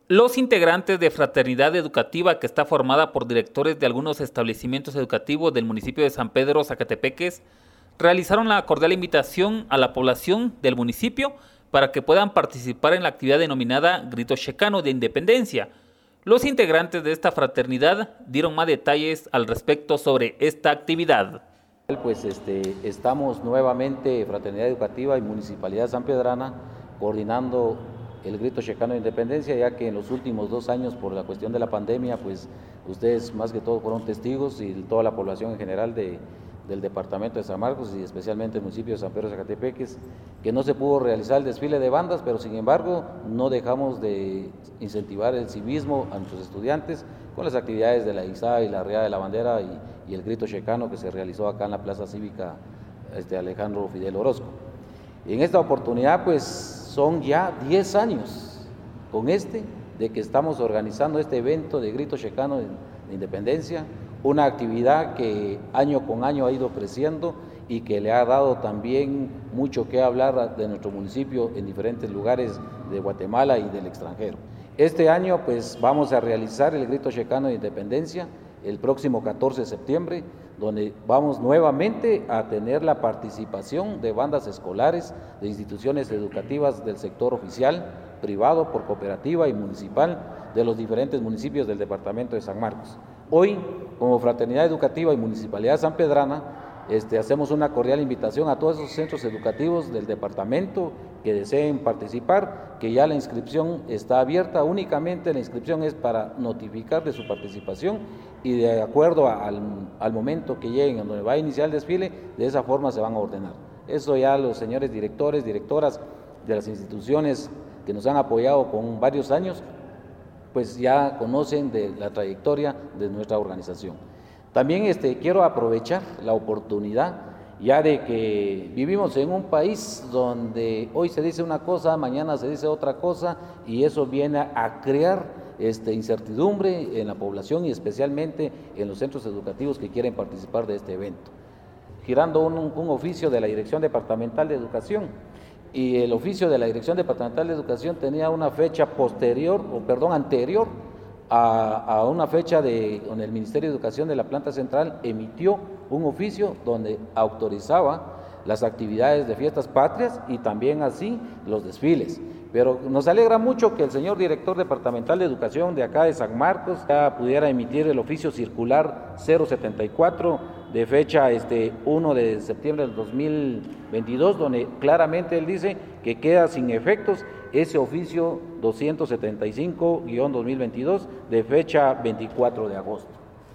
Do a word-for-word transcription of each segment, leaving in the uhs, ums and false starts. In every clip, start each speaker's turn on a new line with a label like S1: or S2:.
S1: Los integrantes de Fraternidad Educativa, que está formada por directores de algunos establecimientos educativos del municipio de San Pedro Zacatepeques, realizaron la cordial invitación a la población del municipio para que puedan participar en la actividad denominada Grito Checano de Independencia. Los integrantes de esta fraternidad dieron más detalles al respecto sobre esta actividad.
S2: Pues este, estamos nuevamente, Fraternidad Educativa y Municipalidad sanpedrana, coordinando el Grito Checano de Independencia, ya que en los últimos dos años, por la cuestión de la pandemia, pues ustedes más que todo fueron testigos, y toda la población en general de, del departamento de San Marcos y especialmente el municipio de San Pedro Zacatepeques, que no se pudo realizar el desfile de bandas, pero sin embargo no dejamos de incentivar el civismo a nuestros estudiantes con las actividades de la izada y la arriada de la bandera y, y el Grito Checano que se realizó acá en la Plaza Cívica este, Alejandro Fidel Orozco. Y en esta oportunidad pues son ya diez años con este, de que estamos organizando este evento de Grito Checano de Independencia, una actividad que año con año ha ido creciendo y que le ha dado también mucho que hablar de nuestro municipio en diferentes lugares de Guatemala y del extranjero. Este año pues vamos a realizar el Grito Checano de Independencia el próximo catorce de septiembre, donde vamos nuevamente a tener la participación de bandas escolares, de instituciones educativas del sector oficial, privado, por cooperativa y municipal, de los diferentes municipios del departamento de San Marcos. Hoy, como Fraternidad Educativa y Municipalidad sanpedrana, este, hacemos una cordial invitación a todos esos centros educativos del departamento que deseen participar, que ya la inscripción está abierta. Únicamente la inscripción es para notificar de su participación y de acuerdo al, al momento que lleguen a donde va a iniciar el desfile, de esa forma se van a ordenar. Eso ya los señores directores, directoras de las instituciones que nos han apoyado con varios años, pues ya conocen de la trayectoria de nuestra organización. También este, quiero aprovechar la oportunidad, ya de que vivimos en un país donde hoy se dice una cosa, mañana se dice otra cosa, y eso viene a crear este, incertidumbre en la población y especialmente en los centros educativos que quieren participar de este evento. Girando un, un oficio de la Dirección Departamental de Educación, y el oficio de la Dirección Departamental de Educación tenía una fecha posterior, o perdón, anterior a, a una fecha de, donde el Ministerio de Educación de la Planta Central emitió un oficio donde autorizaba las actividades de fiestas patrias y también así los desfiles. Pero nos alegra mucho que el señor director departamental de educación de acá de San Marcos ya pudiera emitir el oficio circular cero setenta y cuatro de fecha este, uno de septiembre del dos mil veintidós, donde claramente él dice que queda sin efectos ese oficio doscientos setenta y cinco guión dos mil veintidós de fecha veinticuatro de agosto.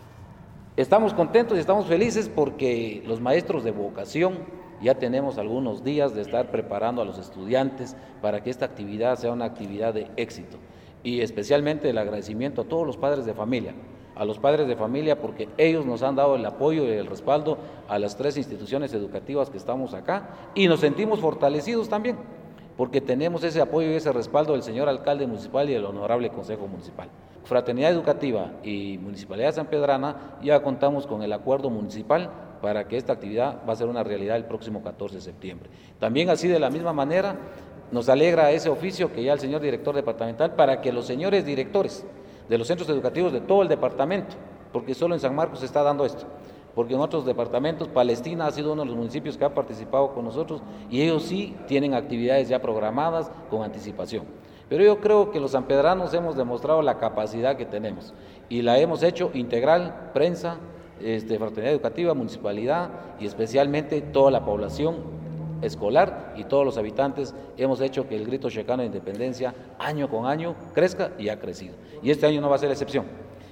S2: Estamos contentos y estamos felices porque los maestros de vocación ya tenemos algunos días de estar preparando a los estudiantes para que esta actividad sea una actividad de éxito, y especialmente el agradecimiento a todos los padres de familia, a los padres de familia porque ellos nos han dado el apoyo y el respaldo a las tres instituciones educativas que estamos acá, y nos sentimos fortalecidos también porque tenemos ese apoyo y ese respaldo del señor alcalde municipal y del honorable consejo municipal. Fraternidad Educativa y Municipalidad sanpedrana ya contamos con el acuerdo municipal para que esta actividad va a ser una realidad el próximo catorce de septiembre. También así de la misma manera nos alegra ese oficio que ya el señor director departamental para que los señores directores de los centros educativos de todo el departamento, porque solo en San Marcos se está dando esto, porque en otros departamentos, Palestina ha sido uno de los municipios que ha participado con nosotros y ellos sí tienen actividades ya programadas con anticipación. Pero yo creo que los sanpedranos hemos demostrado la capacidad que tenemos y la hemos hecho integral, prensa, este, Fraternidad Educativa, Municipalidad y especialmente toda la población escolar y todos los habitantes hemos hecho que el Grito Checano de Independencia año con año crezca y ha crecido. Y este año no va a ser la excepción.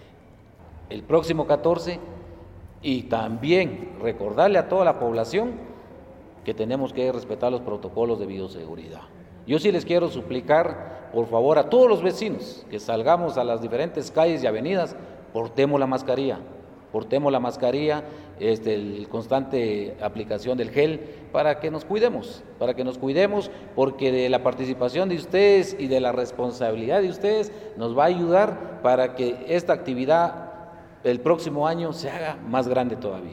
S2: El próximo catorce, y también recordarle a toda la población que tenemos que respetar los protocolos de bioseguridad. Yo sí les quiero suplicar, por favor, a todos los vecinos que salgamos a las diferentes calles y avenidas, portemos la mascarilla, portemos la mascarilla, este, el constante aplicación del gel, para que nos cuidemos, para que nos cuidemos, porque de la participación de ustedes y de la responsabilidad de ustedes nos va a ayudar para que esta actividad el próximo año se haga más grande todavía.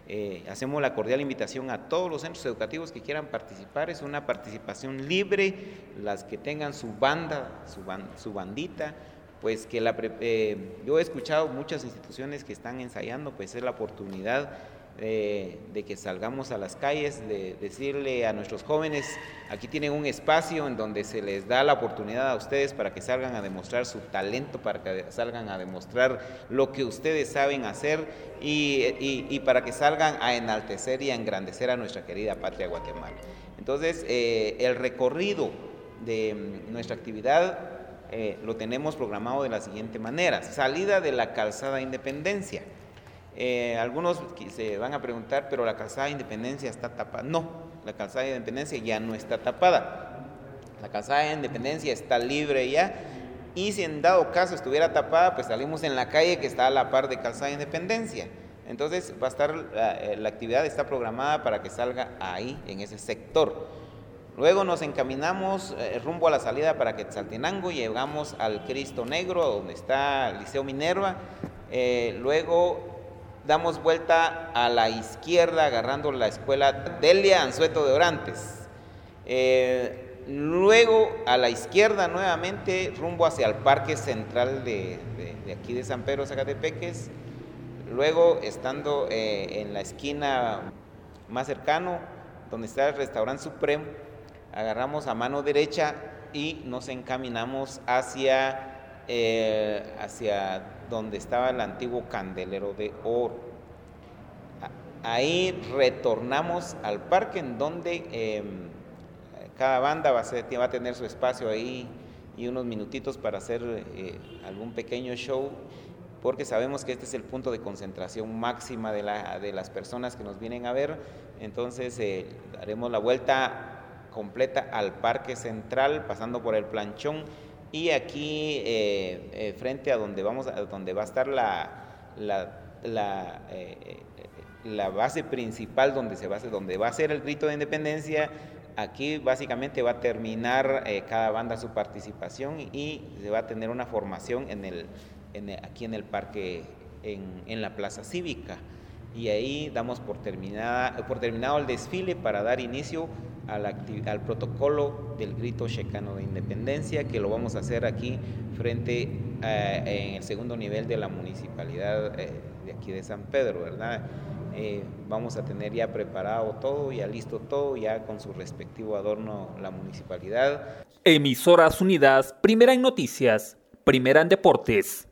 S3: Eh, hacemos la cordial invitación a todos los centros educativos que quieran participar. Es una participación libre, las que tengan su banda, su, ban, su bandita, pues que la, eh, yo he escuchado muchas instituciones que están ensayando, pues es la oportunidad eh, de que salgamos a las calles, de decirle a nuestros jóvenes, aquí tienen un espacio en donde se les da la oportunidad a ustedes para que salgan a demostrar su talento, para que salgan a demostrar lo que ustedes saben hacer y, y, y para que salgan a enaltecer y a engrandecer a nuestra querida patria Guatemala. Entonces, eh, el recorrido de nuestra actividad Eh, lo tenemos programado de la siguiente manera: salida de la calzada Independencia. Eh, algunos se van a preguntar, pero la calzada Independencia está tapada. No, la calzada Independencia ya no está tapada. La calzada Independencia está libre ya, y si en dado caso estuviera tapada, pues salimos en la calle que está a la par de calzada Independencia. Entonces va a estar, la, la actividad está programada para que salga ahí, en ese sector. Luego nos encaminamos eh, rumbo a la salida para Quetzaltenango, llegamos al Cristo Negro, donde está el Liceo Minerva. Eh, luego damos vuelta a la izquierda, agarrando la escuela Delia Anzueto de Orantes. Eh, luego a la izquierda nuevamente, rumbo hacia el Parque Central de, de, de aquí de San Pedro Zacatepeques. Luego, estando eh, en la esquina más cercano, donde está el Restaurante Supremo, agarramos a mano derecha y nos encaminamos hacia, eh, hacia donde estaba el antiguo candelero de oro. Ahí retornamos al parque, en donde eh, cada banda va a, ser, va a tener su espacio ahí y unos minutitos para hacer eh, algún pequeño show, porque sabemos que este es el punto de concentración máxima de, la, de las personas que nos vienen a ver. Entonces eh, daremos la vuelta completa al Parque Central, pasando por el Planchón, y aquí eh, eh, frente a donde vamos, a donde va a estar la, la, la, eh, la base principal, donde se va a hacer, donde va a ser el grito de independencia. Aquí básicamente va a terminar eh, cada banda su participación, y se va a tener una formación en el, en el, aquí en el parque, en, en la Plaza Cívica, y ahí damos por, terminada, por terminado el desfile para dar inicio al, al protocolo del grito checano de independencia, que lo vamos a hacer aquí frente eh, en el segundo nivel de la municipalidad eh, de aquí de San Pedro, ¿verdad? Eh, vamos a tener ya preparado todo, ya listo todo, ya con su respectivo adorno la municipalidad.
S1: Emisoras Unidas, primera en noticias, primera en deportes.